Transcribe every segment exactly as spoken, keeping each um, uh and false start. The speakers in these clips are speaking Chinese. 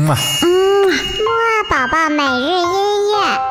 嘛。 嗯，木二宝宝每日音乐。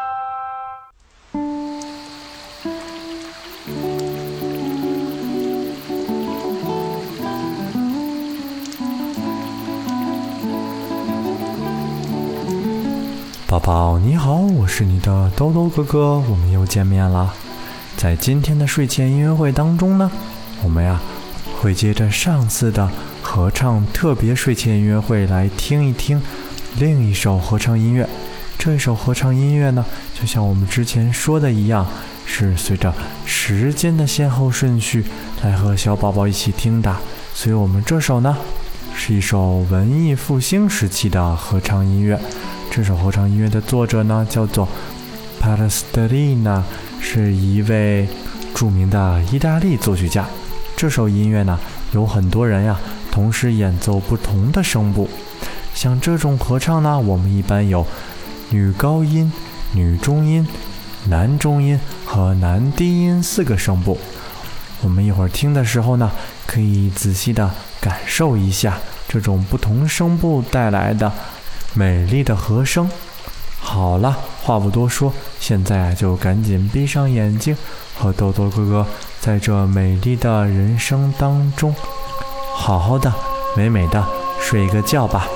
宝宝你好，我是你的兜兜哥哥，我们又见面了。在今天的睡前音乐会当中呢，我们呀会接着上次的合唱特别睡前音乐会来听一听另一首合唱音乐。这首合唱音乐呢，就像我们之前说的一样，是随着时间的先后顺序来和小宝宝一起听的。所以我们这首呢是一首文艺复兴时期的合唱音乐。这首合唱音乐的作者呢叫做 Palestrina， 是一位著名的意大利作曲家。这首音乐呢有很多人呀同时演奏不同的声部。像这种合唱呢，我们一般有女高音、女中音、男中音和男低音四个声部。我们一会儿听的时候呢，可以仔细的感受一下这种不同声部带来的美丽的和声。好了，话不多说，现在就赶紧闭上眼睛，和豆豆哥哥在这美丽的人生当中好好的美美的睡一个觉吧。